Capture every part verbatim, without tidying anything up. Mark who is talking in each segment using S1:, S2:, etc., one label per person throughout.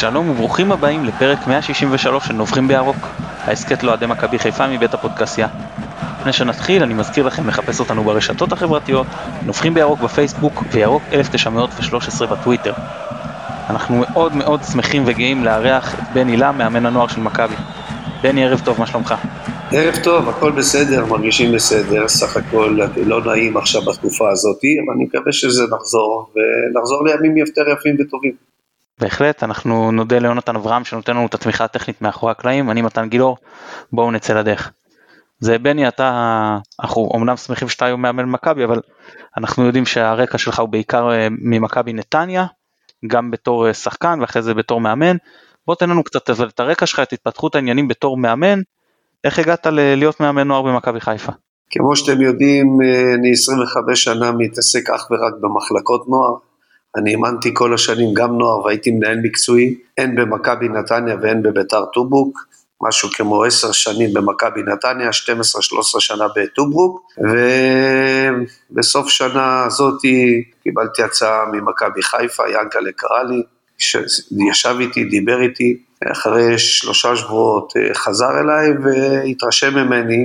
S1: שלום וברוכים הבאים לפרק מאה שישים ושלוש של נובחים בירוק, ההסכת לאוהדי מכבי חיפה מבית הפודקאסיה. לפני שנתחיל אני מזכיר לכם לחפש אותנו ברשתות החברתיות, נובחים בירוק בפייסבוק וירוק אלף תשע מאות ושלוש עשרה בטוויטר. אנחנו מאוד מאוד שמחים וגאים לארח את בן הילה, מאמן הנוער של מכבי. בני, ערב טוב, מה שלומך?
S2: ערב טוב, הכל בסדר, מרגישים בסדר, סך הכל לא נעים עכשיו בתקופה הזאת, אבל אני מקווה שזה נחזור, ונחזור לימים יותר יפים וטובים.
S1: בהחלט, אנחנו נודה ליונתן אברהם שנותן לנו את התמיכה הטכנית מאחורי הקלעים, אני מתן גילאור, בואו נצא לדרך. זה בני, אתה, אנחנו אמנם שמחים שאתה היום מאמן מכבי, אבל אנחנו יודעים שהרקע שלך הוא בעיקר ממכבי נתניה, גם בתור שחקן ואחרי זה בתור מאמן. בוא תן לנו קצת את הרקע שלך, את התפתחות העניינים בתור מאמן, איך הגעת להיות מאמן נוער במכבי חיפה?
S2: כמו שאתם יודעים, אני עשרים וחמש שנה מתעסק אך ורק במחלקות נוער, אני אימנתי כל השנים גם נוער והייתי מנהל מקצועי, הן במכבי נתניה והן בביתר טוברוק, משהו כמו עשר שנים במכבי נתניה, שתים עשרה שלוש עשרה שנה בטוברוק, ובסוף שנה הזאת קיבלתי הצעה ממכבי חיפה, ינקלה קרא לי, ישב איתי, דיבר איתי, אחרי שלושה שבועות חזר אליי והתרשם ממני,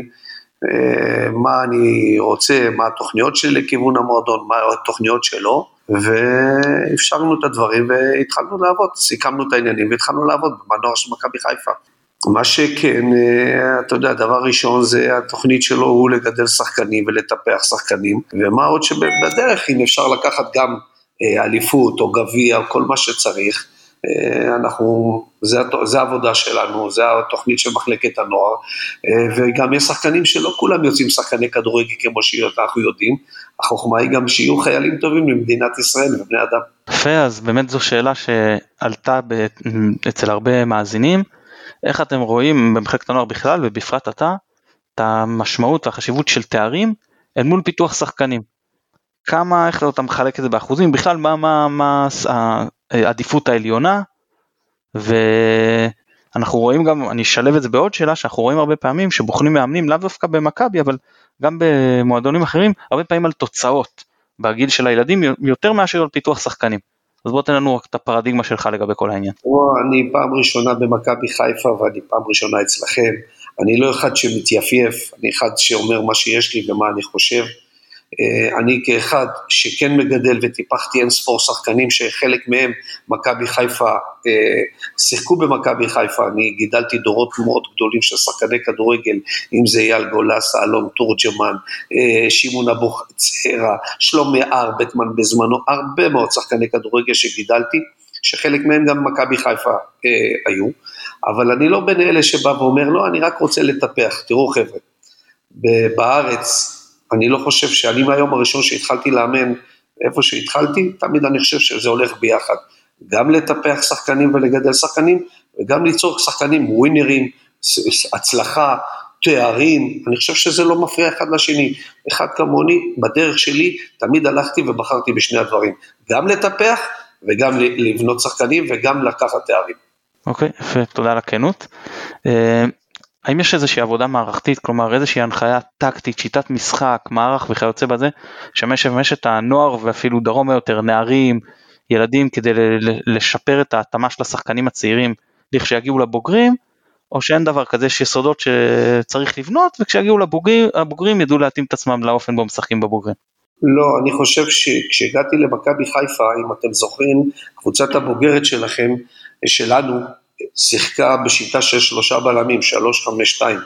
S2: מה אני רוצה, מה התוכניות שלי לכיוון המועדון, מה התוכניות שלו, ואפשרנו את הדברים והתחלנו לעבוד, סיכמנו את העניינים והתחלנו לעבוד בנוער של מכבי חיפה. מה שכן, אתה יודע, דבר ראשון זה התוכנית שלו הוא לגדל שחקנים ולטפח שחקנים, ומה עוד שבדרך אם אפשר לקחת גם אליפות או גביע או כל מה שצריך, אנחנו, זה, זה העבודה שלנו, זה התוכנית של מחלקת הנוער, וגם יש שחקנים שלא כולם יוצאים שחקני כדורגל כמו שאנחנו יודעים, החוכמה היא גם שיהיו חיילים טובים למדינת ישראל ובני אדם.
S1: יפה, אז באמת זו שאלה שעלתה אצל הרבה מאזינים, איך אתם רואים במחלקת הנוער בכלל ובפרט אתה, את המשמעות והחשיבות של תארים אל מול פיתוח שחקנים? כמה, איך אתה מחלק את זה באחוזים, בכלל מה, מה, מה העדיפות העליונה, ואנחנו רואים גם, אני אשלב את זה בעוד שאלה, שאנחנו רואים הרבה פעמים שבוחנים מאמנים, לאו דווקא במכבי, אבל גם במועדונים אחרים, הרבה פעמים על תוצאות, בגיל של הילדים, יותר מאשר על פיתוח שחקנים. אז בוא תן לנו את הפרדיגמה שלך לגבי כל העניין.
S2: אני פעם ראשונה במכבי חיפה, ואני פעם ראשונה אצלכם, אני לא אחד שמתייפייף, אני אחד שאומר מה שיש לי ומה אני חושב, אני כאחד שכן מגדל וטיפחתי אין ספור שחקנים שחלק מהם מכבי חיפה שיחקו במכבי חיפה, אני גידלתי דורות מאוד גדולים של שחקני כדורגל, אם זה אייל גולסה, אלון תורג'מן, שמעון אבוחצירא, שלומי ארבטמן בזמנו, הרבה מאוד שחקני כדורגל שגידלתי, שחלק מהם גם מכבי חיפה היו, אבל אני לא בין אלה שבא ואומר לא, אני רק רוצה לטפח. תראו חבר'ה, בארץ אני לא חושב שאני מהיום הראשון שהתחלתי לאמן, איפה שהתחלתי, תמיד אני חושב שזה הולך ביחד, גם לטפח שחקנים ולגדל שחקנים, וגם ליצור שחקנים ווינרים, הצלחה, תארים, אני חושב שזה לא מפריע אחד לשני, אחד כמוני, בדרך שלי, תמיד הלכתי ובחרתי בשני הדברים, גם לטפח וגם לבנות שחקנים וגם לקחת תארים.
S1: אוקיי, יפה, תודה על הכנות. האם יש איזושהי עבודה מערכתית, כלומר איזושהי הנחיה טקטית, שיטת משחק, מערך וכיוצא בזה, שמשמש את הנוער ואפילו דרום יותר, נערים, ילדים, כדי לשפר את ההתאמה של השחקנים הצעירים, לכשיגיעו לבוגרים, או שאין דבר כזה, יש יסודות שצריך לבנות, וכשיגיעו לבוגרים, הבוגרים ידעו להתאים את עצמם לאופן בו משחקים בבוגרים?
S2: לא, אני חושב שכשהגעתי למכבי חיפה, אם אתם זוכרים, קבוצת הבוגרת שלכם, שלנו, שיחקה בשיטה של שלושה בלמים, שלוש חמש שתיים,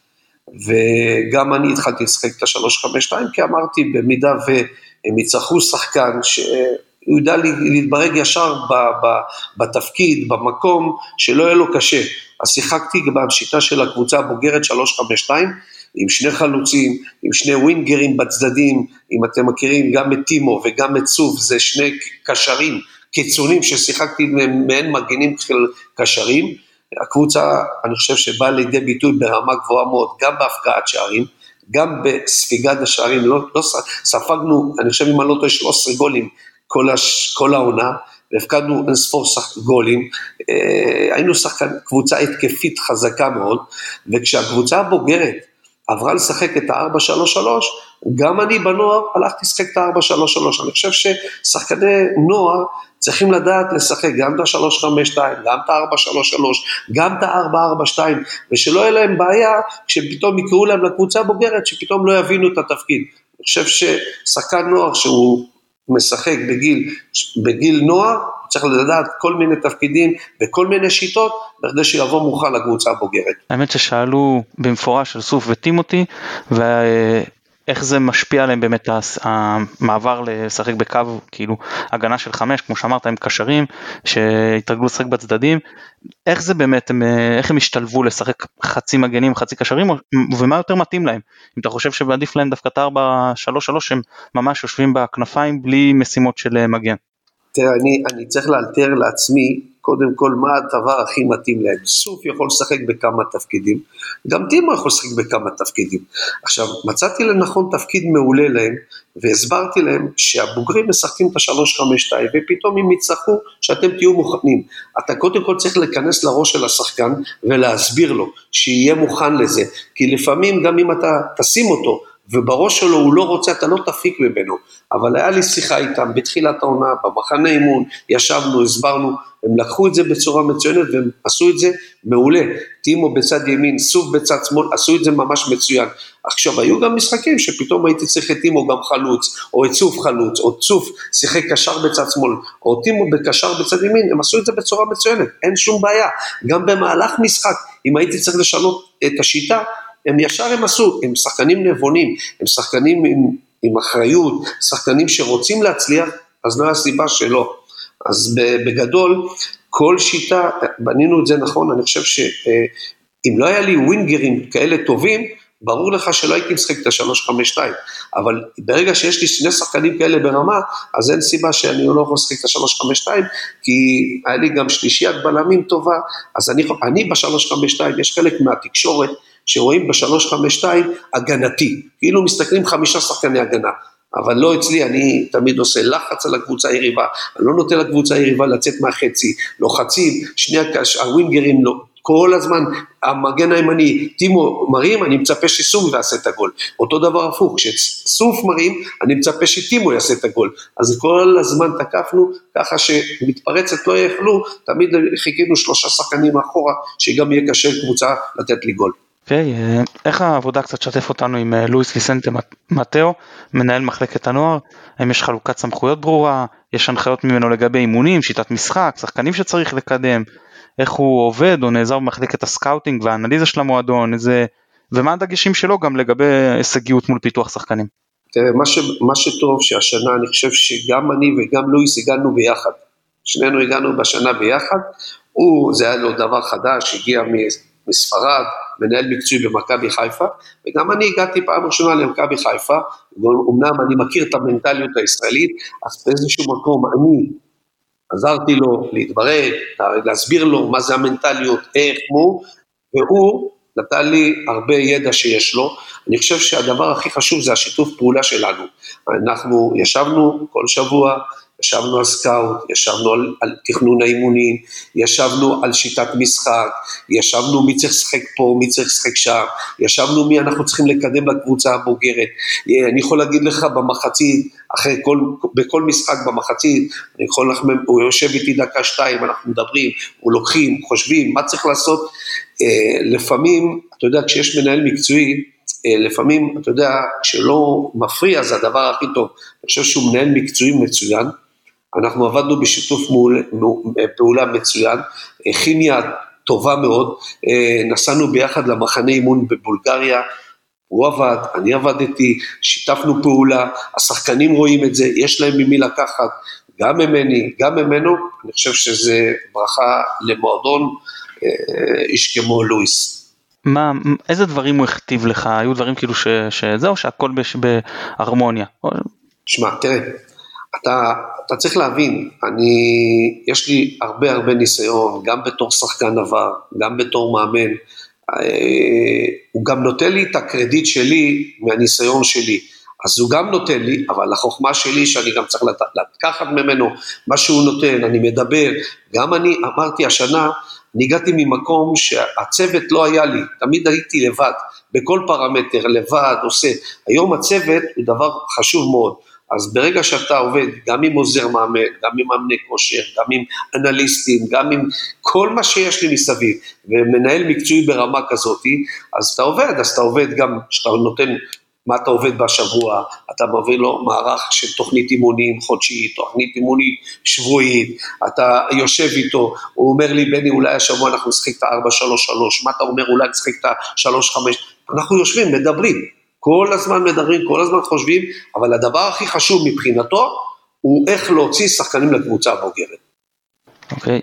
S2: וגם אני התחלתי לשחק את השלוש חמש שתיים, כי אמרתי במידה והם יצטרכו שחקן, שהוא יודע להתברג ישר בתפקיד, במקום, שלא יהיה לו קשה, אז שיחקתי בשיטה של הקבוצה הבוגרת שלוש חמש שתיים, עם שני חלוצים, עם שני ווינגרים בצדדים, אם אתם מכירים גם את טימו וגם את סוף, זה שני קשרים, קיצונים ששיחקתי מעין מגנים קשרים, הקבוצה אני חושב שבאה לידי ביטוי ברמה גבוהה מאוד, גם בהפקעת שערים, גם בספיגת השערים, לא, לא ספגנו, אני חושב אם אני לא טועה שלושה עשר גולים כל, הש, כל העונה, והפקדנו אין ספור גולים, היינו שחקן, קבוצה התקפית חזקה מאוד, וכשהקבוצה הבוגרת עברה לשחק את ה-ארבע שלוש שלוש, גם אני בנוער הלכתי לשחק את ה-ארבע שלוש שלוש, אני חושב ששחקני נוער צריכים לדעת לשחק גם את ה-שלוש חמש שתיים, גם את ה-ארבע שלוש שלוש, גם את ה-ארבע ארבע שתיים, ושלא יהיה להם בעיה כשפתאום יקראו להם לקבוצה בוגרת, שפתאום לא יבינו את התפקיד. אני חושב ששחקן נוער שהוא משחק בגיל, בגיל נוער, צריך לדעת כל מיני תפקידים וכל מיני שיטות, בכדי שיבוא מוכן לקבוצה הבוגרת.
S1: האמת ששאלו במפורש על סוף וטימותי, ואיך זה משפיע עליהם באמת המעבר לשחק בקו, כאילו הגנה של חמש, כמו שאמרת, הם קשרים, שהתרגלו לשחק בצדדים, איך זה באמת, איך הם השתלבו לשחק חצי מגנים, חצי קשרים, ומה יותר מתאים להם? אם אתה חושב שעדיף להם דווקא את ארבע שלוש שלוש, שהם ממש יושבים בכנפיים, בלי משימות של מגן.
S2: תראה, אני, אני צריך לאלתר לעצמי, קודם כל, מה הדבר הכי מתאים להם. סוף יכול לשחק בכמה תפקידים, גם טימו יכול לשחק בכמה תפקידים. עכשיו, מצאתי לנכון תפקיד מעולה להם, והסברתי להם שהבוגרים משחקים את ה-שלוש חמש שתיים, ופתאום הם יצטרכו שאתם תהיו מוכנים. אתה קודם כל צריך להיכנס לראש של השחקן, ולהסביר לו שיהיה מוכן לזה, כי לפעמים גם אם אתה תשים אותו, ובראש שלו הוא לא רוצה, אתה לא תפיק ממנו, אבל היה לי שיחה איתם בתחילת העונה, במחנה אימון, ישבנו, הסברנו, הם לקחו את זה בצורה מצוינת, והם עשו את זה מעולה, טימו בצד ימין, סוף בצד שמאל, עשו את זה ממש מצוין. עכשיו, היו גם משחקים שפתאום הייתי צריך את טימו גם חלוץ, או את סוף חלוץ, או סוף שיחק קשר בצד שמאל, או טימו בקשר בצד ימין, הם עשו את זה בצורה מצוינת, אין שום בעיה, גם במהלך משחק, אם הייתי צריך לשנות את השיטה, הם ישר הם עשו, הם שחקנים נבונים, הם שחקנים עם, עם אחריות, שחקנים שרוצים להצליח, אז לא היה סיבה שלא. אז בגדול, כל שיטה, בנינו את זה נכון, אני חושב שאם לא היה לי ווינגרים כאלה טובים, ברור לך שלא הייתי משחק את ה-שלוש חמש שתיים, אבל ברגע שיש לי שני שחקנים כאלה ברמה, אז אין סיבה שאני לא יכול לשחק את ה-שלוש חמש שתיים, כי היה לי גם שלישיית בלמים טובה, אז אני, אני ב-שלוש חמש שתיים, יש חלק מהתקשורת, שרואים ב-שלוש חמש שתיים הגנתי, כאילו מסתכלים חמישה שחקני הגנה, אבל לא אצלי, אני תמיד עושה לחץ על הקבוצה היריבה, אני לא נותן לקבוצה היריבה לצאת מהחצי, לוחצים, שני הווינגרים, לא, כל הזמן, המגן הימני, טימו מרים, אני מצפה שסום יעשה את הגול, אותו דבר הפוך, כשסוף מרים, אני מצפה שטימו יעשה את הגול, אז כל הזמן תקפנו, ככה שמתפרצת לא יאכלו, תמיד חיכינו שלושה שחקנים מאחורה, שגם יהיה קשה קבוצה לתת לי גול.
S1: אוקיי, איך העבודה קצת שתף אותנו עם לואיס ויסנטה מתאו, מנהל מחלקת הנוער, האם יש חלוקת סמכויות ברורה, יש הנחיות ממנו לגבי אימונים, שיטת משחק, שחקנים שצריך לקדם, איך הוא עובד או נעזר במחלקת הסקאוטינג והאנליזה של המועדון, איזה, ומה הדגשים שלו גם לגבי הישגיות מול פיתוח שחקנים?
S2: תראה, מה, ש, מה שטוב שהשנה אני חושב שגם אני וגם לואיס הגענו ביחד, שנינו הגענו בשנה ביחד, הוא, זה היה לו דבר חדש, הגיע מספרד, מנהל מקצועי במכבי חיפה, וגם אני הגעתי פעם ראשונה למכבי חיפה, אמנם אני מכיר את המנטליות הישראלית, אז באיזשהו מקום אני עזרתי לו להתברר, להסביר לו מה זה המנטליות, איך, מו, והוא נתן לי הרבה ידע שיש לו. אני חושב שהדבר הכי חשוב זה השיתוף פעולה שלנו, אנחנו ישבנו כל שבוע, ישבנו על סקאוט, ישבנו על, על תכנון האימונים, ישבנו על שיטת משחק, ישבנו מי צריך לשחק פה, מי צריך לשחק שם, ישבנו מי אנחנו צריכים לקדם לקבוצה הבוגרת. אני יכול להגיד לך במחצית, אחרי כל, בכל משחק במחצית, אני יכול לך, הוא יושב איתי דקה שתיים, אנחנו מדברים, הוא לוקחים, חושבים, מה צריך לעשות. לפעמים, אתה יודע, כשיש מנהל מקצועי, לפעמים, אתה יודע, כשלא מפריע, זה הדבר הכי טוב. אני חושב שהוא מנהל מקצועי מצוין, אנחנו עבדנו בשיתוף פעולה מצוין, כימיה טובה מאוד, נסענו ביחד למחנה אימון בבולגריה, הוא עבד, אני עבדתי, שיתפנו פעולה, השחקנים רואים את זה, יש להם ממי לקחת, גם ממני, גם ממנו, אני חושב שזה ברכה למועדון, איש כמו לואיס.
S1: מה, איזה דברים הוא הכתיב לך? היו דברים כאילו ש, שזהו, שהכל בהרמוניה?
S2: שמע, תראה, אתה, אתה צריך להבין, אני, יש לי הרבה הרבה ניסיון, גם בתור שחקן עבר, גם בתור מאמן, הוא גם נותן לי את הקרדיט שלי מהניסיון שלי, אז הוא גם נותן לי, אבל החוכמה שלי שאני גם צריך לקחת ממנו מה שהוא נותן, אני מדבר, גם אני אמרתי השנה, אני הגעתי ממקום שהצוות לא היה לי, תמיד הייתי לבד, בכל פרמטר, לבד, עושה. היום הצוות הוא דבר חשוב מאוד, אז ברגע שאתה עובד, גם עם עוזר מאמן, גם עם מאמני כושר, גם עם אנליסטים, גם עם כל מה שיש לי מסביב, ומנהל מקצועי ברמה כזאת, אז אתה עובד, אז אתה עובד גם, שאתה נותן מה אתה עובד בשבוע, אתה מביא לו מערך של תוכנית אימונים חודשית, תוכנית אימונית שבועית, אתה יושב איתו, הוא אומר לי, בני, אולי השבוע אנחנו נשחק את ה-ארבע שלוש שלוש, מה אתה אומר, אולי נשחק את ה-שלוש חמש, אנחנו יושבים, מדברים, כל הזמן מדברים, כל הזמן חושבים, אבל הדבר הכי חשוב מבחינתו, הוא איך להוציא שחקנים לקבוצה הבוגרת.
S1: אוקיי,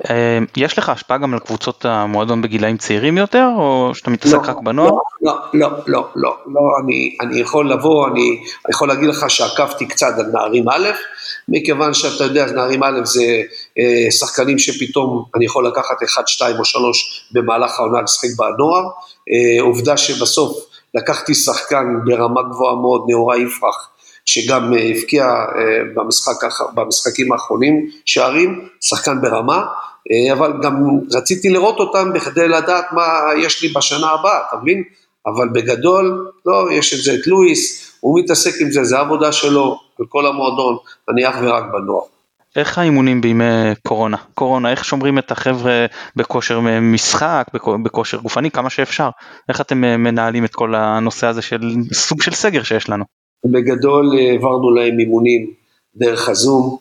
S1: יש לך השפעה גם על קבוצות המועדון בגילאים צעירים יותר, או שאתה מתעסק רק בנוער?
S2: לא, לא, לא, לא, לא, אני, אני יכול לבוא, אני יכול להגיד לך שעקבתי קצת על נערים א', מכיוון שאתה יודע, נערים א' זה אה, שחקנים שפתאום אני יכול לקחת אחד, שתיים או שלוש במהלך העונה לשחק בנוער, אה, עובדה שבסוף לקחתי שחקן ברמה גבוהה מאוד, נאורה יפרח, שגם הפקיע במשחק, במשחקים האחרונים שערים, שחקן ברמה, אבל גם רציתי לראות אותם בכדי לדעת מה יש לי בשנה הבאה, אתה מבין? אבל בגדול, לא, יש את זה את לואיס, הוא מתעסק עם זה, זה העבודה שלו, בכל המועדון, אני אך ורק בנוער.
S1: איך האימונים בימי קורונה? קורונה, איך שומרים את החבר'ה בכושר משחק, בכושר גופני, כמה שאפשר? איך אתם מנהלים את כל הנושא הזה של סוג של סגר שיש לנו?
S2: בגדול העברנו להם אימונים דרך הזום,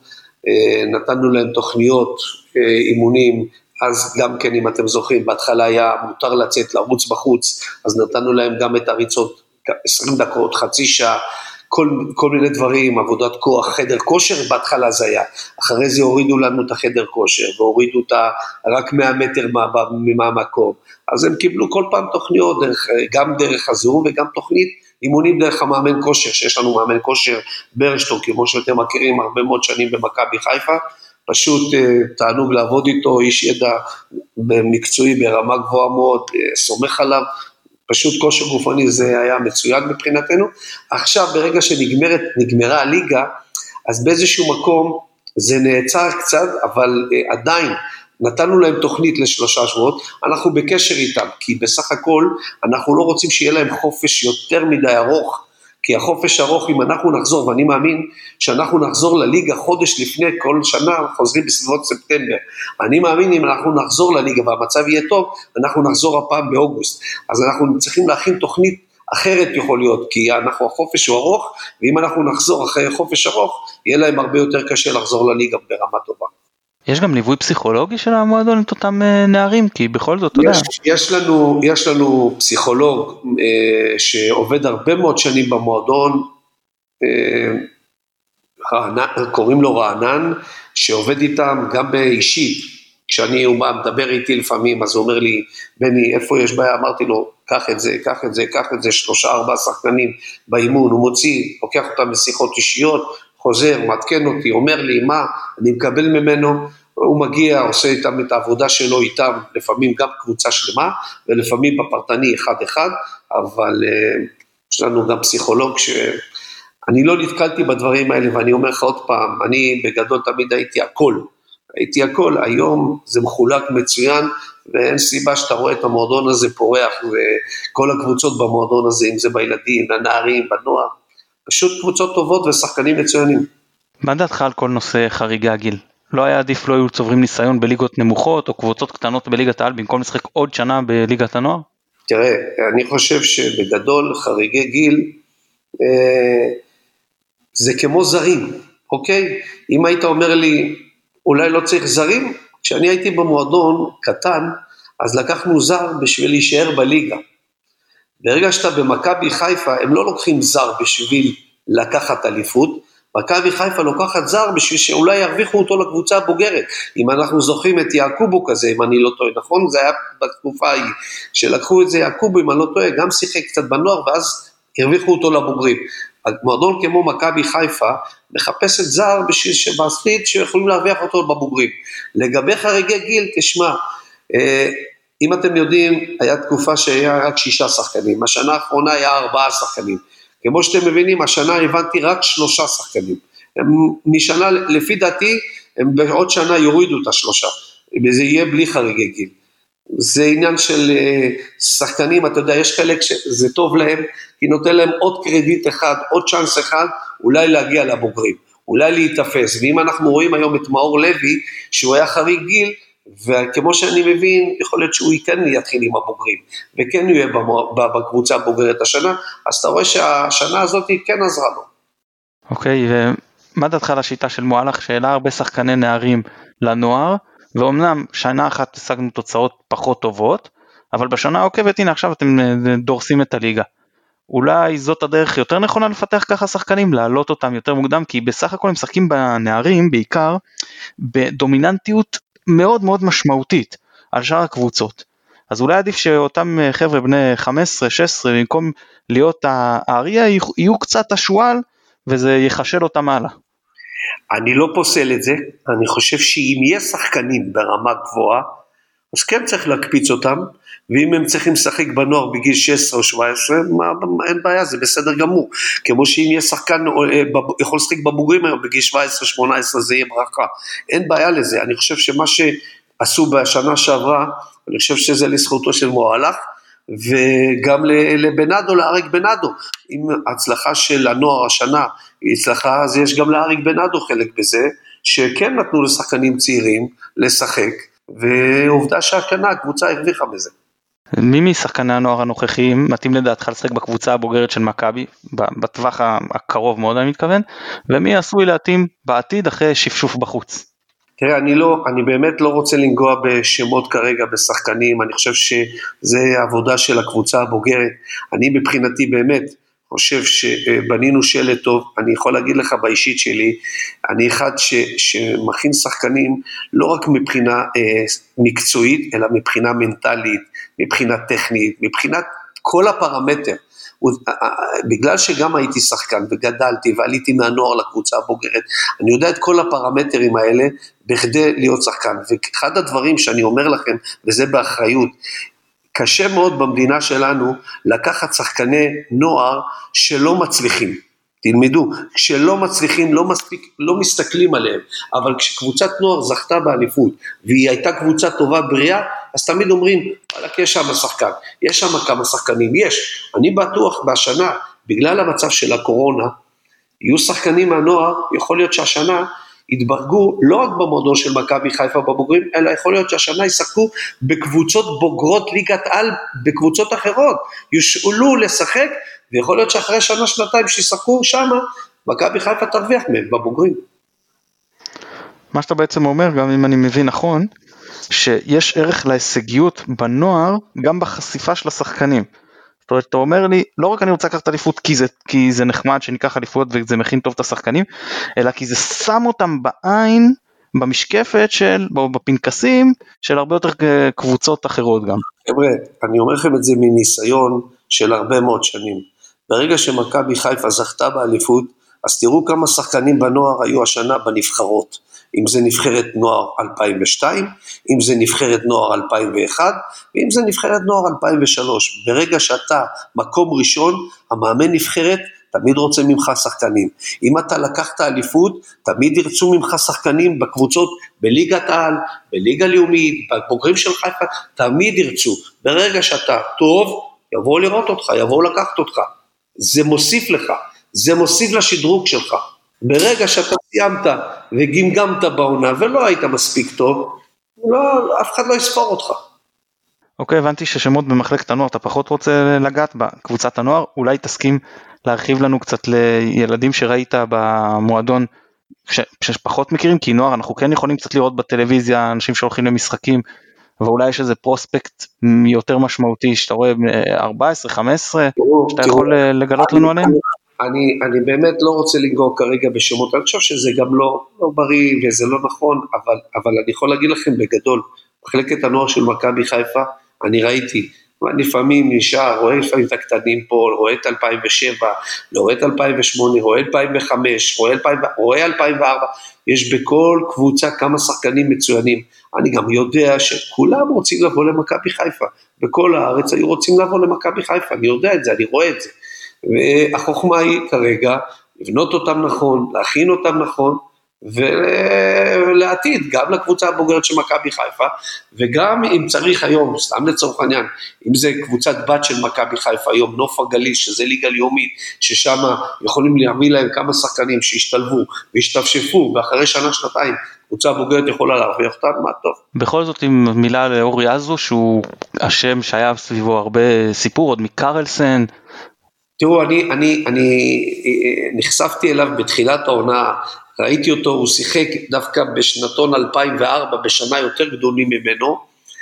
S2: נתנו להם תוכניות אימונים, אז גם כן אם אתם זוכרים, בהתחלה היה מותר לצאת, לרוץ בחוץ, אז נתנו להם גם את הריצות עשרים דקות, חצי שעה, כל, כל מיני דברים, עבודת כוח, חדר כושר, בהתחלה זה היה, אחרי זה הורידו לנו את החדר כושר, והורידו אותה רק מאה מטר מהמקום, אז הם קיבלו כל פעם תוכניות, דרך, גם דרך הזום וגם תוכנית, אימונים דרך המאמן כושר, שיש לנו מאמן כושר ברשטוק, כמו שאתם מכירים הרבה מאוד שנים במכבי חיפה, פשוט תענוג לעבוד איתו, איש ידע מקצועי ברמה גבוהה מאוד, סומך עליו, פשוט כושר גופני זה היה מצוין מבחינתנו. עכשיו ברגע שנגמרת, נגמרה הליגה, אז באיזשהו מקום זה נעצר קצת, אבל עדיין נתנו להם תוכנית לשלושה שבועות, אנחנו בקשר איתם, כי בסך הכל אנחנו לא רוצים שיהיה להם חופש יותר מדי ארוך, כי החופש ארוך אם אנחנו נחזור, ואני מאמין שאנחנו נחזור לליגה חודש לפני כל שנה, חוזרים בסביבות ספטמבר, אני מאמין אם אנחנו נחזור לליגה והמצב יהיה טוב, אנחנו נחזור הפעם באוגוסט, אז אנחנו צריכים להכין תוכנית אחרת יכול להיות, כי אנחנו החופש הוא ארוך, ואם אנחנו נחזור אחרי חופש ארוך, יהיה להם הרבה יותר קשה לחזור לליגה ברמה טובה.
S1: יש גם ליווי פסיכולוגי של המועדון את אותם נערים, כי בכל זאת, אתה יודע.
S2: יש לנו, יש לנו פסיכולוג אה, שעובד הרבה מאוד שנים במועדון, אה, רענן, קוראים לו רענן, שעובד איתם גם באישית, כשאני, הוא מדבר איתי לפעמים, אז הוא אומר לי, בני, איפה יש בעיה? אמרתי לו, קח את זה, קח את זה, קח את זה, שלושה, ארבעה שחקנים באימון, הוא מוציא, לוקח אותם בשיחות אישיות, חוזר, מתקן אותי, אומר לי מה, אני מקבל ממנו, הוא מגיע, עושה איתם את העבודה שלו איתם, לפעמים גם קבוצה שלמה, ולפעמים בפרטני אחד אחד, אבל uh, יש לנו גם פסיכולוג שאני לא נתקלתי בדברים האלה, ואני אומר לך עוד פעם, אני בגדול תמיד הייתי הכל, הייתי הכל, היום זה מחולק מצוין, ואין סיבה שאתה רואה את המועדון הזה פורח, וכל הקבוצות במועדון הזה, אם זה בילדים, הנערים, בנוער, פשוט קבוצות טובות ושחקנים מצוינים.
S1: מה דעתך על כל נושא חריגי הגיל? לא היה עדיף לא היו צוברים ניסיון בליגות נמוכות או קבוצות קטנות בליגת העל במקום לשחק עוד שנה בליגת הנוער?
S2: תראה, אני חושב שבגדול חריגי גיל אה, זה כמו זרים, אוקיי? אם היית אומר לי אולי לא צריך זרים, כשאני הייתי במועדון קטן, אז לקחנו זר בשביל להישאר בליגה. ברגע שאתה במכבי חיפה, הם לא לוקחים זר בשביל לקחת אליפות, מכבי חיפה לוקחת זר בשביל שאולי ירוויחו אותו לקבוצה הבוגרת, אם אנחנו זוכרים את יעקובו כזה, אם אני לא טועה, נכון? זה היה בתקופה ההיא, שלקחו את זה יעקובו, אם אני לא טועה, גם שיחק קצת בנוער, ואז הרוויחו אותו לבוגרים. מועדון כמו מכבי חיפה, מחפשת זר בשביל שבעתיד שיכולים להרוויח אותו בבוגרים. לגבי חריגי גיל, תשמע, אם אתם יודעים, היה תקופה שהיה רק שישה שחקנים, השנה האחרונה היה ארבעה שחקנים, כמו שאתם מבינים, השנה הבנתי רק שלושה שחקנים, הם, משנה, לפי דעתי, הם בעוד שנה יורידו את השלושה, וזה יהיה בלי חריגי גיל. זה עניין של שחקנים, אתה יודע, יש חלק שזה טוב להם, כי נותן להם עוד קרדיט אחד, עוד צ'אנס אחד, אולי להגיע לבוגרים, אולי להתאפס, ואם אנחנו רואים היום את מאור לוי, שהוא היה חריג גיל, וכמו שאני מבין, יכול להיות שהוא כן יתחיל עם הבוגרים, וכן יהיה בקבוצה הבוגרת השנה, אז אתה רואה שהשנה הזאת כן עזרה לו.
S1: אוקיי, ומה דעתך על השיטה של מועלך, שאלה הרבה שחקני נערים לנוער, ואומנם שנה אחת השגנו תוצאות פחות טובות, אבל בשנה העוקבת, הנה עכשיו אתם דורסים את הליגה. אולי זאת הדרך יותר נכונה לפתח ככה שחקנים, להעלות אותם יותר מוקדם, כי בסך הכל הם משחקים בנערים בעיקר, בדומיננטיות מאוד מאוד משמעותית על שאר הקבוצות. אז אולי עדיף שאותם חבר'ה בני חמש עשרה שש עשרה, במקום להיות האריה, יהיו קצת השואל, וזה יחשל אותם הלאה.
S2: אני לא פוסל את זה, אני חושב שאם יהיה שחקנים ברמה גבוהה, אז כן צריך להקפיץ אותם, ואם הם צריכים לשחק בנוער בגיל שש עשרה או שבע עשרה, מה, אין בעיה, זה בסדר גמור, כמו שאם יהיה שחקן יכול לשחק בבוגרים היום בגיל שבע עשרה שמונה עשרה, זה יהיה ברכה, אין בעיה לזה, אני חושב שמה שעשו בשנה שעברה, אני חושב שזה לזכותו של מועלך, וגם לבנאדו, לאריק בנאדו, אם ההצלחה של הנוער השנה היא הצלחה, אז יש גם לאריק בנאדו חלק בזה, שכן נתנו לשחקנים צעירים לשחק, ועובדה שהקנה, הקבוצה הרוויחה בזה.
S1: מי משחקני הנוער הנוכחיים מתאים לדעתך לשחק בקבוצה הבוגרת של מכבי, בטווח הקרוב מאוד אני מתכוון, ומי עשוי להתאים בעתיד אחרי שפשוף בחוץ?
S2: תראה, אני לא, אני באמת לא רוצה לנגוע בשמות כרגע בשחקנים, אני חושב שזה העבודה של הקבוצה הבוגרת, אני מבחינתי באמת חושב שבנינו שלט טוב, אני יכול להגיד לך באישית שלי, אני אחד ש, שמכין שחקנים לא רק מבחינה אה, מקצועית, אלא מבחינה מנטלית, מבחינה טכנית, מבחינת כל הפרמטר, בגלל שגם הייתי שחקן וגדלתי ועליתי מהנוער לקבוצה הבוגרת, אני יודע את כל הפרמטרים האלה בכדי להיות שחקן, ואחד הדברים שאני אומר לכם, וזה באחריות, קשה מאוד במדינה שלנו לקחת שחקני נוער שלא מצליחים, תלמדו, כשלא מצליחים לא מספיק, לא מסתכלים עליהם, אבל כשקבוצת נוער זכתה באליפות, והיא הייתה קבוצה טובה בריאה, אז תמיד אומרים, יש שם שחקן, יש שם כמה שחקנים, יש, אני בטוח בשנה, בגלל המצב של הקורונה, יהיו שחקנים מהנוער, יכול להיות שהשנה יתברגו לא רק במועדון של מכבי חיפה בבוגרים, אלא יכול להיות שהשנה ישחקו בקבוצות בוגרות ליגת על, בקבוצות אחרות, יושאלו לשחק, ויכול להיות שאחרי שנה שנתיים שישחקו שם, מכבי חיפה תרוויח מהם בבוגרים.
S1: מה שאתה בעצם אומר, גם אם אני מבין נכון, שיש ערך להישגיות בנוער, גם בחשיפה של השחקנים. זאת אומרת, אתה אומר לי, לא רק אני רוצה לקחת אליפות כי זה, כי זה נחמד שניקח אליפות וזה מכין טוב את השחקנים, אלא כי זה שם אותם בעין, במשקפת של, בפנקסים של הרבה יותר קבוצות אחרות גם.
S2: חבר'ה, אני אומר לכם את זה מניסיון של הרבה מאוד שנים. ברגע שמכבי חיפה זכתה באליפות, אז תראו כמה שחקנים בנוער היו השנה בנבחרות. אם זה נבחרת נוער אלפיים ושתיים, אם זה נבחרת נוער אלפיים ואחת, ואם זה נבחרת נוער אלפיים ושלוש. ברגע שאתה מקום ראשון, המאמן נבחרת, תמיד רוצה ממך שחקנים. אם אתה לקחת אליפות, תמיד ירצו ממך שחקנים בקבוצות, בליגת העל, בליגה לאומית, בבוגרים של חיפה, תמיד ירצו. ברגע שאתה טוב, יבואו לראות אותך, יבואו לקחת אותך. זה מוסיף לך, זה מוסיף לשדרוג שלך. ברגע שאתה סיימת וגמגמת בעונה ולא היית מספיק טוב, לא, אף אחד לא יספור אותך.
S1: אוקיי, הבנתי ששמות במחלקת הנוער, אתה פחות רוצה לגעת בקבוצת הנוער, אולי תסכים להרחיב לנו קצת לילדים שראית במועדון, שפחות מכירים, כי נוער אנחנו כן יכולים קצת לראות בטלוויזיה, אנשים שהולכים למשחקים, ואולי יש איזה פרוספקט יותר משמעותי, שאתה רואה ארבע עשרה חמש עשרה, שאתה יכול לגלות לנו עליהם?
S2: אני, אני באמת לא רוצה לנגוע כרגע בשמות, אני חושב שזה גם לא, לא בריא וזה לא נכון, אבל, אבל אני יכול להגיד לכם בגדול, מחלקת הנוער של מכבי חיפה, אני ראיתי, לפעמים נשאר, רואה לפעמים את הקטנים פה, רואה את אלפיים ושבע, רואה את אלפיים ושמונה, רואה אלפיים וחמש, רואה, אלפיים, רואה אלפיים וארבע, יש בכל קבוצה כמה שחקנים מצוינים, אני גם יודע שכולם רוצים לבוא למכבי חיפה, בכל הארץ היו רוצים לבוא למכבי חיפה, אני יודע את זה, אני רואה את זה, והחוכמה היא כרגע לבנות אותם נכון, להכין אותם נכון, לעתיד, גם לקבוצה הבוגרת של מכבי חיפה, וגם אם צריך היום, סתם לצורך העניין, אם זה קבוצת בת של מכבי חיפה היום, נוף הגליל, שזה ליגה לאומית, ששם יכולים להביא להם כמה שחקנים שהשתלבו והשתפשפו, ואחרי שנה, שנתיים, קבוצה בוגרת יכולה להרוויח אותה, מה טוב.
S1: בכל זאת עם מילה לאורי אזו, שהוא השם שהיה סביבו הרבה סיפור, עוד מקרלסן.
S2: תראו, אני, אני, אני נחשפתי אליו בתחילת העונה, ראיתי אותו, הוא שיחק דווקא בשנתון אלפיים וארבע, בשנה יותר גדולים ממנו,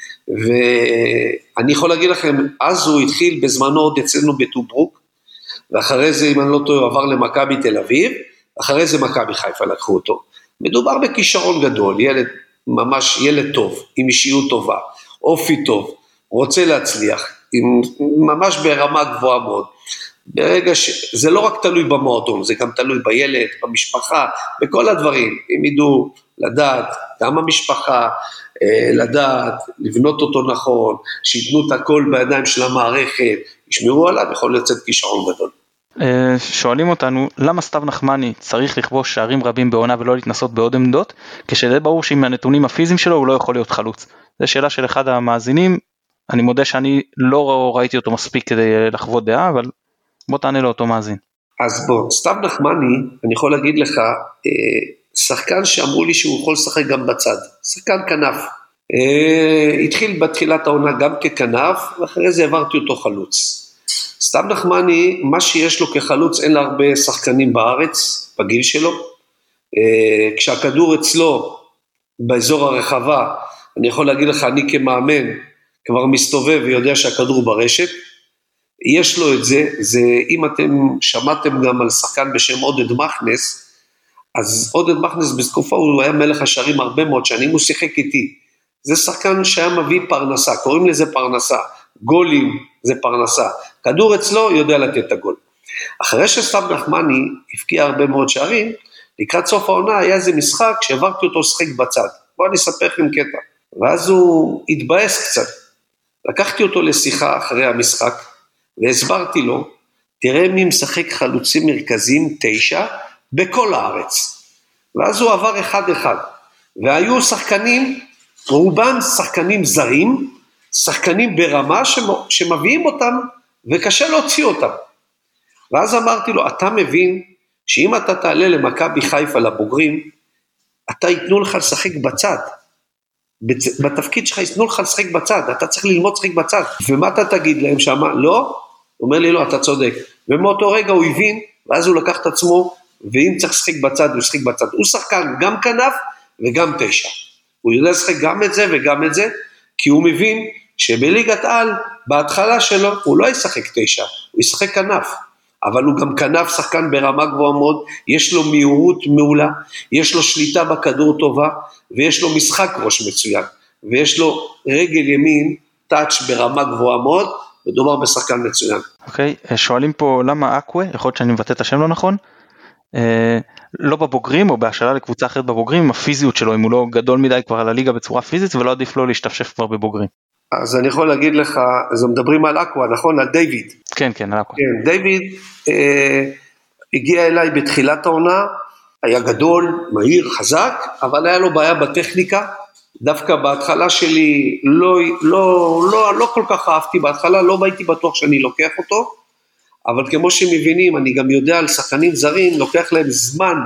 S2: ואני יכול להגיד לכם, אז הוא התחיל בזמנו עוד אצלנו בטוברוק, ואחרי זה, אם אני לא טועה, עבר למכבי תל אביב, אחרי זה מכבי חיפה לקחו אותו. מדובר בכישרון גדול, ילד, ממש ילד טוב, עם אישיות טובה, אופי טוב, רוצה להצליח, עם, ממש ברמה גבוהה מאוד. ברגע שזה לא רק תלוי במועדון, זה גם תלוי בילד, במשפחה, בכל הדברים. אם ידעו לדעת, גם המשפחה, לדעת, לבנות אותו נכון, שיתנו את הכל בידיים של המערכת, ישמרו עליו, יכול לצאת כישרון גדול.
S1: שואלים אותנו, למה סתיו נחמני צריך לכבוש שערים רבים בעונה ולא להתנסות בעוד עמדות, כשזה ברור שעם הנתונים הפיזיים שלו הוא לא יכול להיות חלוץ. זו שאלה של אחד המאזינים, אני מודה שאני לא ראיתי אותו מספיק כדי לחוות דעה, אבל בוא תענה לו אותו מאזין.
S2: אז בוא, סתיו נחמני, אני יכול להגיד לך, שחקן שאמרו לי שהוא יכול לשחק גם בצד, שחקן כנף. התחיל בתחילת העונה גם ככנף, ואחרי זה עברתי אותו חלוץ. סתיו נחמני, מה שיש לו כחלוץ, אין לה הרבה שחקנים בארץ, בגיל שלו. כשהכדור אצלו, באזור הרחבה, אני יכול להגיד לך, אני כמאמן, כבר מסתובב ויודע שהכדור ברשת, יש לו את זה, זה אם אתם שמעתם גם על שחקן בשם עודד מכנס, אז עודד מכנס בתקופה הוא היה מלך השערים הרבה מאוד שנים, הוא שיחק איתי, זה שחקן שהיה מביא פרנסה, קוראים לזה פרנסה, גולים זה פרנסה, כדור אצלו יודע לתת את הגול. אחרי שסתיו נחמני הפקיע הרבה מאוד שערים, לקראת סוף העונה היה איזה משחק שהעברתי אותו לשחק בצד, בוא אני אספר לכם קטע, ואז הוא התבאס קצת, לקחתי אותו לשיחה אחרי המשחק, והסברתי לו, תראה מי משחק חלוצים מרכזיים תשע בכל הארץ. ואז הוא עבר אחד אחד. והיו שחקנים, רובם שחקנים זרים, שחקנים ברמה שמביאים אותם וקשה להוציא אותם. ואז אמרתי לו, אתה מבין שאם אתה תעלה למכבי חיפה לבוגרים, אתה ייתנו לך לשחק בצד. בתפקיד שלך ייתנו לך לשחק בצד, אתה צריך ללמוד לשחק בצד. ומה אתה תגיד להם שמה? לא? הוא אומר לי, לא, אתה צודק. ומאותו רגע הוא הבין, ואז הוא לקח את עצמו, ואם צריך לשחק בצד, הוא שחק בצד. הוא שחקן גם כנף וגם תשע. הוא יודע לשחק גם את זה וגם את זה, כי הוא מבין שבליגת על, בהתחלה שלו, הוא לא ישחק תשע, הוא ישחק כנף. אבל הוא גם כנף שחקן ברמה גבוהה מאוד, יש לו מהירות מעולה, יש לו שליטה בכדור טובה, ויש לו משחק ראש מצוין, ויש לו רגל ימין, טאץ' ברמה גבוהה מאוד, מדובר בשחקן מצוין.
S1: אוקיי, okay, שואלים פה למה אקווה, יכול להיות שאני מבטא את השם לא נכון, אה, לא בבוגרים או בהשאלה לקבוצה אחרת בבוגרים, עם הפיזיות שלו, אם הוא לא גדול מדי כבר על הליגה בצורה פיזית, ולא עדיף לו להשתפשף כבר בבוגרים.
S2: אז אני יכול להגיד לך, אז מדברים על אקווה, נכון? על דיוויד.
S1: כן, כן, על אקווה.
S2: כן, דיוויד אה, הגיע אליי בתחילת העונה, היה גדול, מהיר, חזק, אבל היה לו בעיה בטכניקה, דווקא בהתחלה שלי לא, לא, לא, לא כל כך אהבתי, בהתחלה לא הייתי בטוח שאני לוקח אותו, אבל כמו שמבינים, אני גם יודע על שחקנים זרים, לוקח להם זמן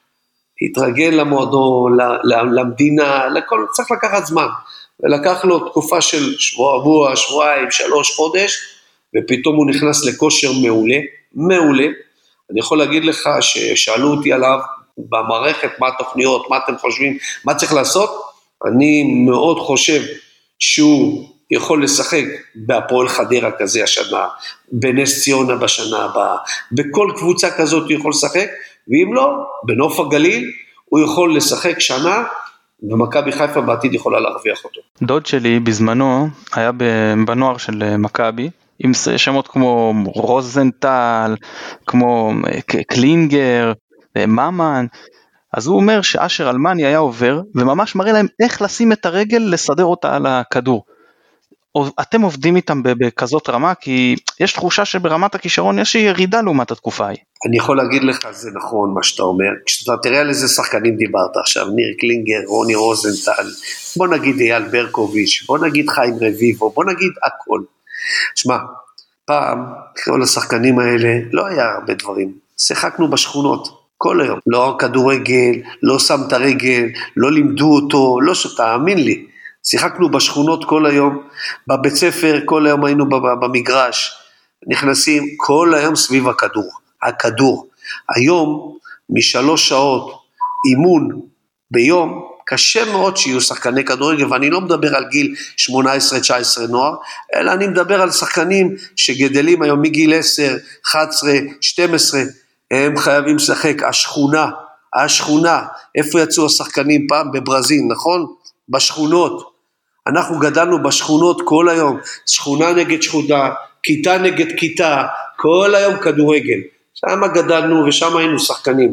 S2: להתרגל למועדון, למדינה, לכל, צריך לקחת זמן, ולקח לו תקופה של שבוע, שבועיים, שלוש חודש, ופתאום הוא נכנס לכושר מעולה, מעולה, אני יכול להגיד לך ששאלו אותי עליו במערכת, מה התוכניות, מה אתם חושבים, מה צריך לעשות, אני מאוד חושב שהוא יכול לשחק בהפועל חדרה כזה השנה, בנס ציונה בשנה הבאה, בכל קבוצה כזאת הוא יכול לשחק, ואם לא, בנוף הגליל הוא יכול לשחק שנה, ומכבי חיפה בעתיד יכולה להרוויח אותו.
S1: דוד שלי בזמנו היה בנוער של מכבי, עם שמות כמו רוזנטל, כמו קלינגר, ממן, אז הוא אומר שאשר אלמני היה עובר, וממש מראה להם איך לשים את הרגל, לסדר אותה על הכדור. אתם עובדים איתם בכזאת רמה, כי יש תחושה שברמת הכישרון יש ירידה לעומת התקופה ההיא.
S2: אני יכול להגיד לך, זה נכון מה שאתה אומר, כשאתה תראה על איזה שחקנים דיברת עכשיו, ניר קלינגר, רוני רוזנטל, בוא נגיד אייל ברקוביץ', בוא נגיד חיים רביבו, בוא נגיד הכל. שמע, פעם, כל השחקנים האלה, לא היה הרבה דברים, שיחקנו בשכונות, כל היום, לא כדורגל, לא שם את הרגל, לא לימדו אותו, לא שתאמין לי, שיחקנו בשכונות כל היום, בבית ספר כל היום היינו במגרש, נכנסים כל היום סביב הכדור, הכדור. היום משלוש שעות אימון ביום, קשה מאוד שיהיו שחקני כדורגל, ואני לא מדבר על גיל שמונה עשרה תשע עשרה נוער, אלא אני מדבר על שחקנים שגדלים היום מגיל עשר, אחת עשרה, שתים עשרה, הם חייבים לשחק, השכונה, השכונה, איפה יצאו השחקנים פעם? בברזיל, נכון? בשכונות. אנחנו גדלנו בשכונות כל היום, שכונה נגד שכונה, כיתה נגד כיתה, כל היום כדורגל. שם גדלנו ושם היינו שחקנים.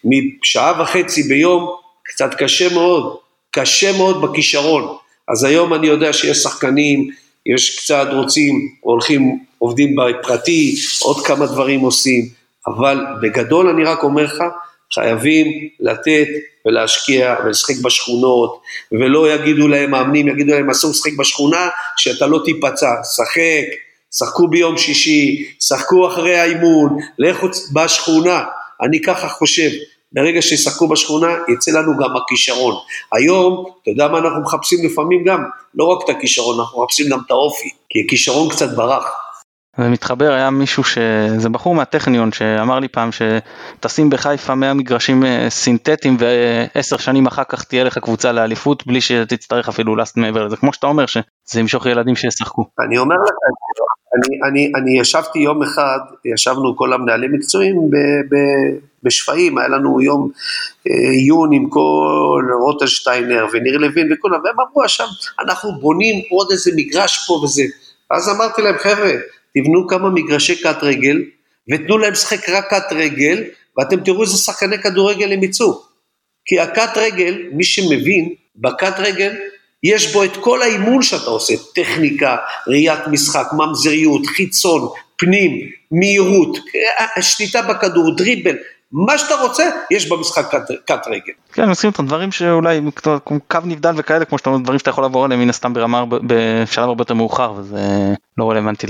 S2: משעה וחצי ביום, קצת קשה מאוד, קשה מאוד בכישרון. אז היום אני יודע שיש שחקנים, יש קצת רוצים, הולכים, עובדים בפרטי, עוד כמה דברים עושים, אבל בגדול אני רק אומר לך, חייבים לתת ולהשקיע ולשחק בשכונות, ולא יגידו להם מאמנים, יגידו להם אסור לשחק בשכונה, שאתה לא תיפצע, שחק, שחקו ביום שישי, שחקו אחרי האימון, לכו בשכונה, אני ככה חושב, ברגע ששחקו בשכונה, יצא לנו גם הכישרון. היום, אתה יודע מה אנחנו מחפשים לפעמים גם? לא רק את הכישרון, אנחנו מחפשים גם את האופי, כי הכישרון קצת ברח.
S1: זה מתחבר, היה מישהו שזה בחור מהטכניון שאמר לי פעם שתשים בחיפה מאה מגרשים סינתטיים ועשר שנים אחר כך תהיה לך קבוצה לאליפות בלי שתצטרך אפילו לסט מעבר לזה, כמו שאתה אומר שזה ימשוך ילדים שישחקו.
S2: אני אומר לך, אני, אני, אני ישבתי יום אחד, ישבנו כל המנהלים מקצועיים ב, ב, בשפעים, היה לנו יום עיון עם כל רוטנשטיינר וניר לוין וכולם, והם אמרו שם, אנחנו בונים עוד איזה מגרש פה וזה, אז אמרתי להם חבר'ה, תבנו כמה מגרשי קט רגל, ותנו להם שחק רק קט רגל, ואתם תראו איזה שחקני כדורגל הם יצאו. כי הקט רגל, מי שמבין, בקט רגל, יש בו את כל האימון שאתה עושה, טכניקה, ראיית משחק, ממזריות, חיצון, פנים, מהירות, שליטה בכדור, דריבל, מה שאתה רוצה, יש במשחק קט רגל.
S1: כן, עושים את הדברים שאולי קו נבדל וכאלה, כמו שאתה אומר, דברים שאתה יכול לעבור עליהם, מן הסתם ברמה, בשלב הרבה יותר מאוחר, וזה לא רלוונטי,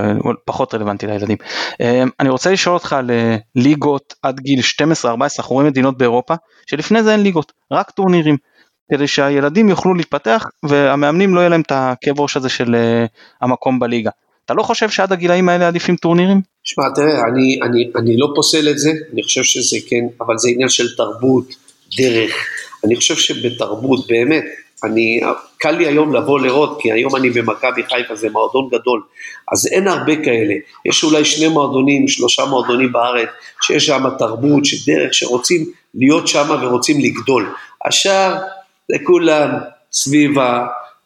S1: פחות רלוונטי לילדים. אני רוצה לשאול אותך על ליגות עד גיל שתים עשרה ארבע עשרה, אנחנו רואים מדינות באירופה, שלפני זה אין ליגות, רק טורנירים, כדי שהילדים יוכלו להתפתח, והמאמנים לא יהיה להם את הכאב ראש הזה של המקום בליגה. אתה לא חושב שעד הגילאים האלה עדיפים טורנירים?
S2: שמע, תראה, אני, אני, אני לא פוסל את זה, אני חושב שזה כן, אבל זה עניין של תרבות, דרך. אני חושב שבתרבות, באמת, אני, קל לי היום לבוא לראות, כי היום אני במכבי חיפה, זה מועדון גדול, אז אין הרבה כאלה. יש אולי שני מועדונים, שלושה מועדונים בארץ, שיש שם תרבות, שדרך, שרוצים להיות שם ורוצים לגדול. השאר, לכולם, סביב ה...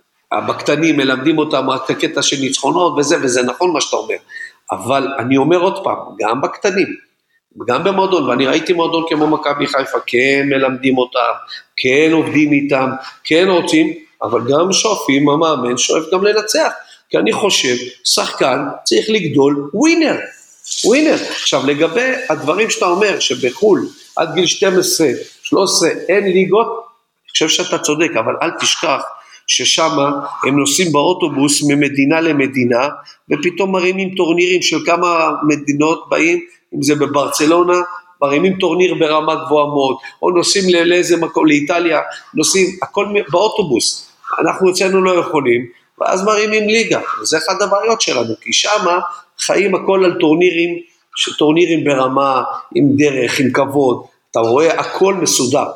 S2: בקטנים מלמדים אותם רק הקטע של ניצחונות וזה, וזה נכון מה שאתה אומר, אבל אני אומר עוד פעם, גם בקטנים, גם במועדון, ואני ראיתי מועדון כמו מכבי חיפה, כן מלמדים אותם, כן עובדים איתם, כן רוצים, אבל גם שואפים, המאמן שואף גם לנצח, כי אני חושב, שחקן צריך לגדול ווינר, ווינר. עכשיו לגבי הדברים שאתה אומר, שבחול עד גיל שתים עשרה שלוש עשרה אין ליגות, אני חושב שאתה צודק, אבל אל תשכח, ששם הם נוסעים באוטובוס ממדינה למדינה, ופתאום מרימים טורנירים של כמה מדינות באים, אם זה בברצלונה, מרימים טורניר ברמה גבוהה מאוד, או נוסעים לאיזה מקום, לאיטליה, נוסעים, הכל באוטובוס, אנחנו אצלנו לא יכולים, ואז מרימים ליגה, וזה אחד הבעיות שלנו, כי שם חיים הכל על טורנירים, טורנירים ברמה, עם דרך, עם כבוד, אתה רואה הכל מסודר,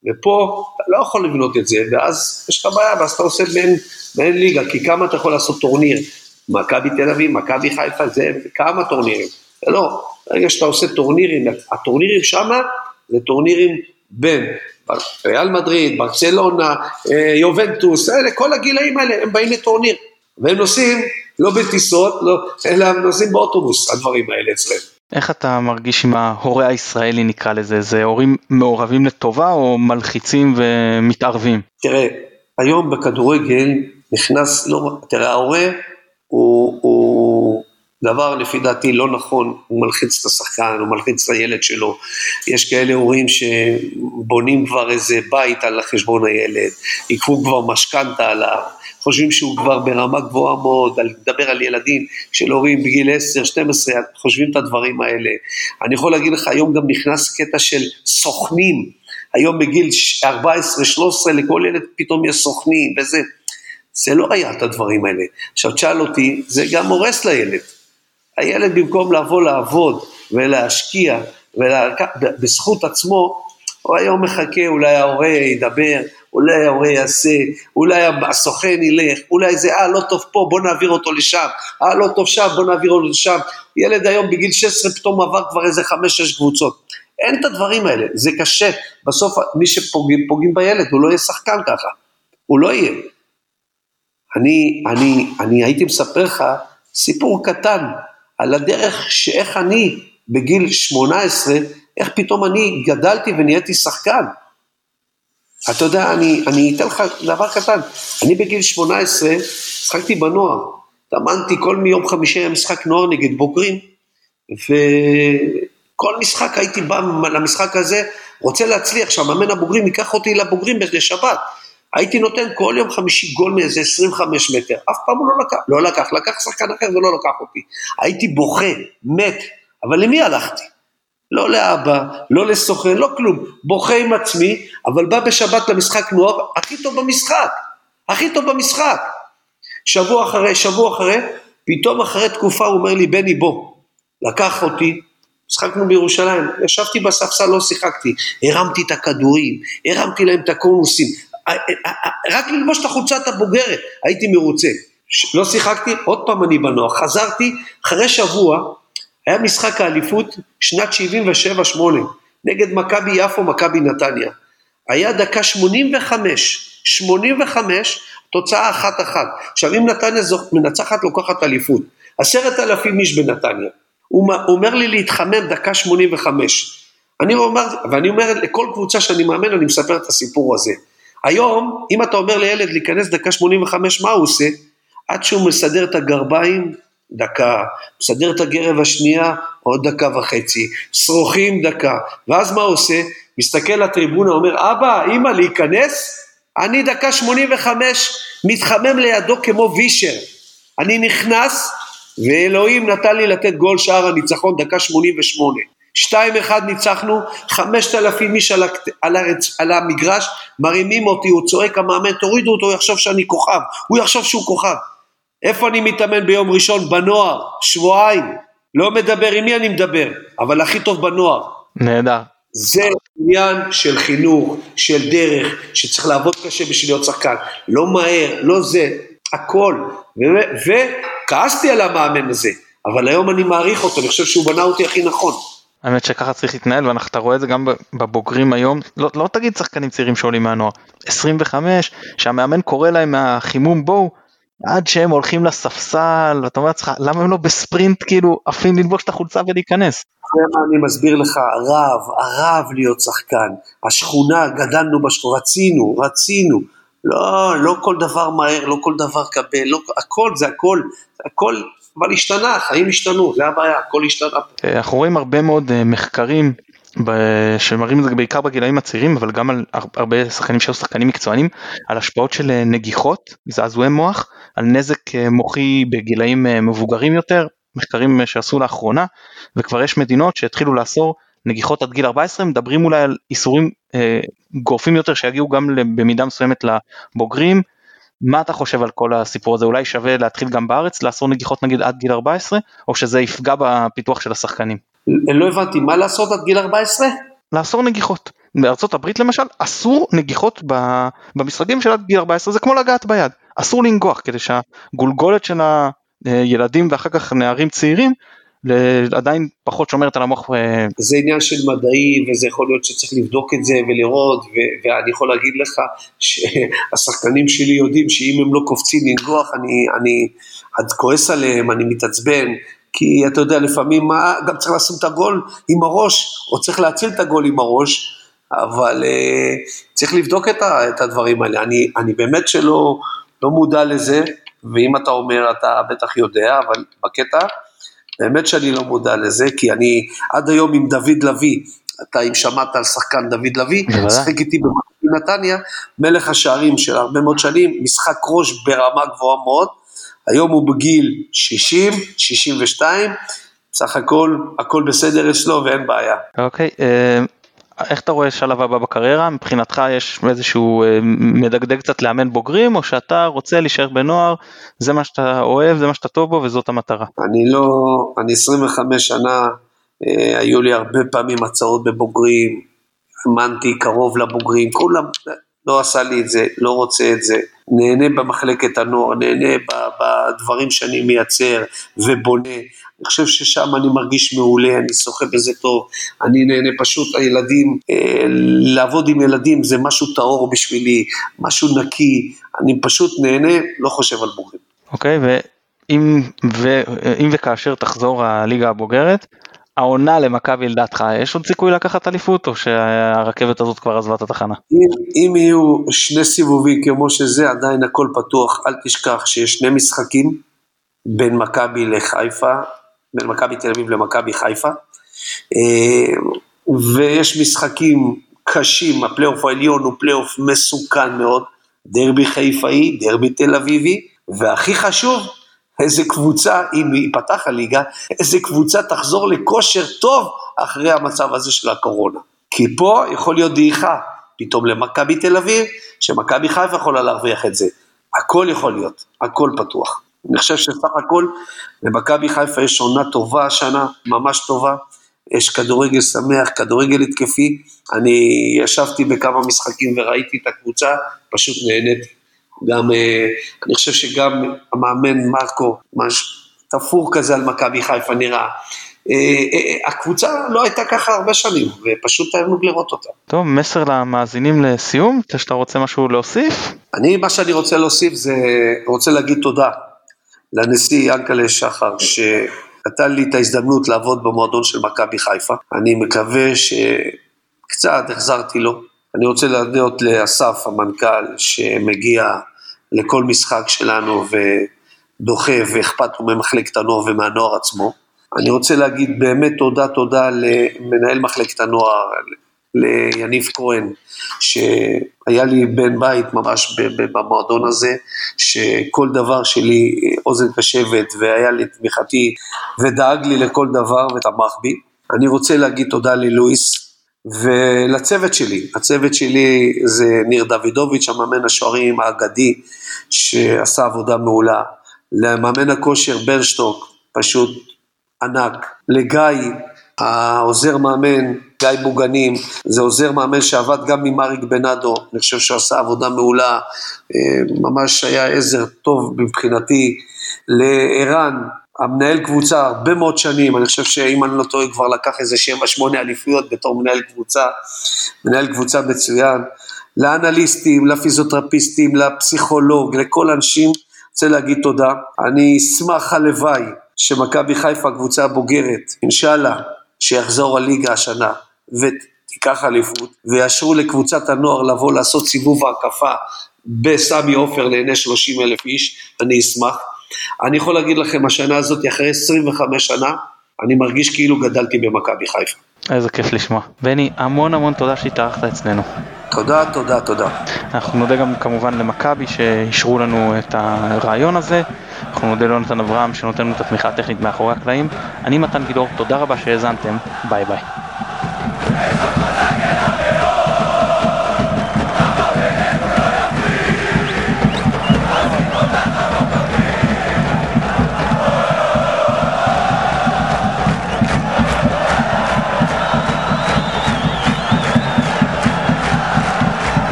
S2: ופה אתה לא יכול לבנות את זה, ואז יש לך בעיה, ואז אתה עושה בין, בין ליגה, כי כמה אתה יכול לעשות טורניר, מכבי תל אביב, מכבי חיפה, זה כמה טורנירים, זה לא, ברגע שאתה עושה טורנירים, הטורנירים שמה, זה טורנירים בין ריאל מדריד, ברצלונה, יובנטוס, אלה, כל הגילאים האלה, הם באים לטורניר, והם נוסעים לא בטיסות, לא, אלא הם נוסעים באוטובוס, הדברים האלה אצלם.
S1: איך אתה מרגיש עם ההורה הישראלי נקרא לזה? זה הורים מעורבים לטובה או מלחיצים ומתערבים?
S2: תראה, היום בכדורגל נכנס, לא, תראה, ההורה הוא, הוא דבר לפי דעתי לא נכון, הוא מלחיץ את השחקן, הוא מלחיץ את הילד שלו, יש כאלה הורים שבונים כבר איזה בית על חשבון הילד, יקחו כבר משכנתה עליו, חושבים שהוא כבר ברמה גבוהה מאוד, על לדבר על ילדים של הורים בגיל עשר שתים עשרה, חושבים את הדברים האלה. אני יכול להגיד לך, היום גם נכנס קטע של סוכנים, היום בגיל ארבע עשרה שלוש עשרה לכל ילד פתאום יש סוכנים, וזה, זה לא היה את הדברים האלה. עכשיו תשאל אותי, זה גם הורס לילד. הילד במקום לבוא לעבוד ולהשקיע, בזכות עצמו, הוא היום מחכה, אולי ההורה ידבר, אולי ההורה יעשה, אולי הסוכן ילך, אולי זה, אה, לא טוב פה, בוא נעביר אותו לשם, אה, לא טוב שם, בוא נעביר אותו לשם. ילד היום בגיל שש עשרה פתאום עבר כבר איזה חמש שש קבוצות. אין את הדברים האלה, זה קשה. בסוף מי שפוגעים פוגעים בילד, הוא לא יהיה שחקן ככה, הוא לא יהיה. אני, אני, אני הייתי מספר לך סיפור קטן, על הדרך שאיך אני בגיל שמונה עשרה, איך פתאום אני גדלתי ונהייתי שחקן. אתה יודע, אני, אני אתן לך דבר קטן, אני בגיל שמונה עשרה, שחקתי בנוער, תאמנתי כל מיום חמישי היה משחק נוער נגד בוגרים, וכל משחק הייתי בא למשחק הזה, רוצה להצליח, שהמאמן הבוגרים ייקח אותי לבוגרים בשבת, הייתי נותן כל יום חמישי גול מאיזה עשרים וחמישה מטר, אף פעם הוא לא לקח, לא לקח, לקח שחקן אחר ולא לקח אותי, הייתי בוכה, מת, אבל למי הלכתי? לא לאבא, לא לסוכן, לא כלום, בוכה עם עצמי, אבל בא בשבת למשחק נוער, הכי טוב במשחק, הכי טוב במשחק, שבוע אחרי, שבוע אחרי, פתאום אחרי תקופה הוא אומר לי, בני בוא, לקח אותי, משחקנו בירושלים, ישבתי בספסל, לא שיחקתי, הרמתי את הכדורים, הרמתי להם את הקונוסים, רק ללבוש את החולצת הבוגרת, הייתי מרוצה, לא שיחקתי, עוד פעם אני בנוער, חזרתי, אחרי שבוע, היה משחק האליפות, שנת שבעים ושבע שמונה, נגד מכבי יפו, מכבי נתניה, היה דקה שמונים וחמש, שמונים וחמש, תוצאה אחת אחת, עכשיו אם נתניה מנצחת לוקחת אליפות, עשרת אלפים איש בנתניה, הוא אומר לי להתחמם דקה שמונים וחמש, אני אומר, ואני אומר לכל קבוצה שאני מאמן, אני מספר את הסיפור הזה, היום, אם אתה אומר לילד להיכנס דקה שמונים וחמש, מה הוא עושה? עד שהוא מסדר את הגרביים, דקה, מסדר את הגרב השנייה, עוד דקה וחצי, שרוכים דקה, ואז מה הוא עושה? מסתכל לטריבונה, אומר, אבא, אמא, להיכנס? אני דקה שמונים וחמש, מתחמם לידו כמו וישר, אני נכנס, ואלוהים נתן לי לתת גול שער הניצחון, דקה שמונים ושמונה, שתיים אחד ניצחנו, חמשת אלפים איש על, על, הרצ, על המגרש, מרימים אותי, הוא צועק המאמן, תורידו אותו, הוא יחשוב שאני כוכב, הוא יחשוב שהוא כוכב, איפה אני מתאמן ביום ראשון? בנוער, שבועיים, לא מדבר, עם מי אני מדבר, אבל הכי טוב בנוער.
S1: נהדר.
S2: זה עניין של חינוך, של דרך, שצריך לעבוד קשה בשביל להיות שחקן, לא מהר, לא זה, הכל, וכעסתי על המאמן הזה, אבל היום אני מעריך אותו, אני חושב שהוא בנה אותי הכי נכון.
S1: האמת שככה צריך להתנהל, ואתה רואה את זה גם בבוגרים היום, לא, לא תגיד שחקנים צעירים שעולים מהנוער, עשרים וחמש, שהמאמן קורא להם מהחימום בואו, עד שהם הולכים לספסל, ואתה אומר לך, למה הם לא בספרינט כאילו, עפים ללבוש את החולצה ולהיכנס?
S2: זה מה אני מסביר לך, הרב, הרב להיות שחקן, השכונה, גדלנו בשכונה, רצינו, רצינו, לא, לא כל דבר מהר, לא כל דבר קבל, לא, הכל, זה הכל, הכל, אבל השתנה, החיים השתנו, זה הבעיה, הכל השתנה.
S1: אנחנו רואים הרבה מאוד מחקרים, שמראים את זה בעיקר בגילאים הצעירים, אבל גם על הרבה שחקנים שהיו שחקנים מקצוענים, על השפעות של נגיחות, זעזועי מוח, על נזק מוחי בגילאים מבוגרים יותר, מחקרים שעשו לאחרונה, וכבר יש מדינות שהתחילו לאסור נגיחות עד גיל ארבע עשרה, מדברים אולי על איסורים אה, גורפים יותר, שיגיעו גם במידה מסוימת לבוגרים. מה אתה חושב על כל הסיפור הזה? אולי שווה להתחיל גם בארץ, לאסור נגיחות נגיד עד גיל ארבע עשרה, או שזה יפגע בפיתוח של השחקנים?
S2: לא הבנתי, מה לעשות עד גיל ארבע עשרה?
S1: לאסור נגיחות. בארצות הברית למשל, אסור נגיחות במשחקים של עד גיל ארבע עשרה, זה כמו לגעת ביד, אסור לנגוח, כדי שהגולגולת של הילדים ואחר כך נערים צעירים, עדיין פחות שומרת על המוח.
S2: זה עניין של מדעי, וזה יכול להיות שצריך לבדוק את זה ולראות, ו- ואני יכול להגיד לך שהשחקנים שלי יודעים שאם הם לא קופצים לנגוח, אני, אני עד כועס עליהם, אני מתעצבן, כי אתה יודע לפעמים מה, גם צריך לשים את הגול עם הראש, או צריך להציל את הגול עם הראש, אבל uh, צריך לבדוק את, ה- את הדברים האלה, אני, אני באמת שלא, לא מודע לזה, ואם אתה אומר, אתה בטח יודע, אבל בקטע, באמת שאני לא מודע לזה, כי אני עד היום עם דוד לוי, אתה אם שמעת על שחקן דוד לוי, שחק איתי בנתניה, מלך השערים של הרבה מאוד שנים, משחק ראש ברמה גבוהה מאוד, היום הוא בגיל שישים, שישים ושתיים, סך הכל, הכל בסדר אצלו ואין בעיה.
S1: אוקיי, איך אתה רואה שלב הבא בקריירה? מבחינתך יש איזשהו מדגדג קצת לאמן בוגרים, או שאתה רוצה להישאר בנוער, זה מה שאתה אוהב, זה מה שאתה טוב בו, וזאת המטרה?
S2: אני לא, אני עשרים וחמש שנה, היו לי הרבה פעמים הצעות בבוגרים, אמנתי קרוב לבוגרים, כולם לא עשה לי את זה, לא רוצה את זה, נהנה במחלקת הנוער, נהנה בדברים שאני מייצר ובונה, אני חושב ששם אני מרגיש מעולה, אני שוחה בזה טוב, אני נהנה פשוט, הילדים, לעבוד עם ילדים זה משהו טהור בשבילי, משהו נקי, אני פשוט נהנה, לא חושב על בוגרים.
S1: אוקיי, ואם, ואם וכאשר תחזור הליגה הבוגרת, העונה למכבי לדעתך, יש עוד סיכוי לקחת אליפות, או שהרכבת הזאת כבר עזבה את התחנה?
S2: אם, אם יהיו שני סיבובים כמו שזה, עדיין הכל פתוח, אל תשכח שיש שני משחקים, בין מכבי לחיפה, בין מכבי תל אביב למכבי חיפה, ויש משחקים קשים, הפלייאוף העליון הוא פלייאוף מסוכן מאוד, דרבי חיפאי, דרבי תל אביבי, והכי חשוב, איזה קבוצה, אם היא פתח הליגה, איזה קבוצה תחזור לכושר טוב אחרי המצב הזה של הקורונה. כי פה יכול להיות דעיכה, פתאום למכבי תל אביב, שמכבי חיפה יכולה להרוויח את זה. הכל יכול להיות, הכל פתוח. אני חושב שסך הכל, למכבי חיפה יש עונה טובה השנה, ממש טובה, יש כדורגל שמח, כדורגל התקפי, אני ישבתי בכמה משחקים וראיתי את הקבוצה, פשוט נהניתי. גם, אני חושב שגם המאמן מרקו, ממש תפור כזה על מכבי חיפה נראה, הקבוצה לא הייתה ככה הרבה שנים, ופשוט היינו לראות אותה.
S1: טוב, מסר למאזינים לסיום, שאתה רוצה משהו להוסיף?
S2: אני, מה שאני רוצה להוסיף זה, רוצה להגיד תודה לנשיא ינקלה שחר, שנתן לי את ההזדמנות לעבוד במועדון של מכבי חיפה, אני מקווה שקצת החזרתי לו, אני רוצה להודות לאסף המנכ"ל שמגיע לכל משחק שלנו ודוחף ואכפת ממחלקת הנוער ומהנוער עצמו. אני רוצה להגיד באמת תודה תודה למנהל מחלקת הנוער, ליניב כהן, שהיה לי בן בית ממש במועדון הזה, שכל דבר שלי אוזן קשבת והיה לי תמיכתי ודאג לי לכל דבר ותמך בי. אני רוצה להגיד תודה ללואיס, ולצוות שלי, הצוות שלי זה ניר דוידוביץ', המאמן השוערים האגדי, שעשה עבודה מעולה, למאמן הכושר ברשטוק, פשוט ענק, לגיא, העוזר מאמן, גיא בוגנים, זה עוזר מאמן שעבד גם עם אריק בנאדו, אני חושב שהוא עשה עבודה מעולה, ממש היה עזר טוב מבחינתי, לערן, המנהל קבוצה הרבה מאוד שנים, אני חושב שאם אני לא טועה כבר לקח איזה שבע שמונה אליפויות בתור מנהל קבוצה, מנהל קבוצה מצוין, לאנליסטים, לפיזיותרפיסטים, לפסיכולוג, לכל אנשים, רוצה להגיד תודה, אני אשמח הלוואי שמכבי חיפה קבוצה הבוגרת, אינשאללה, שיחזור הליגה השנה ותיקח אליפות, ויאשרו לקבוצת הנוער לבוא לעשות סיבוב ההקפה בסמי עופר לעיני שלושים אלף איש, אני אשמח. אני יכול להגיד לכם, השנה הזאת, אחרי עשרים וחמש שנה, אני מרגיש כאילו גדלתי במכבי חיפה.
S1: איזה כיף לשמוע. בני, המון המון תודה שהתארחת אצלנו.
S2: תודה, תודה, תודה.
S1: אנחנו נודה גם כמובן למכבי שאישרו לנו את הרעיון הזה. אנחנו נודה ליונתן אברהם שנותן לנו את התמיכה הטכנית מאחורי הקלעים. אני מתן גידור, תודה רבה שהאזנתם. ביי ביי.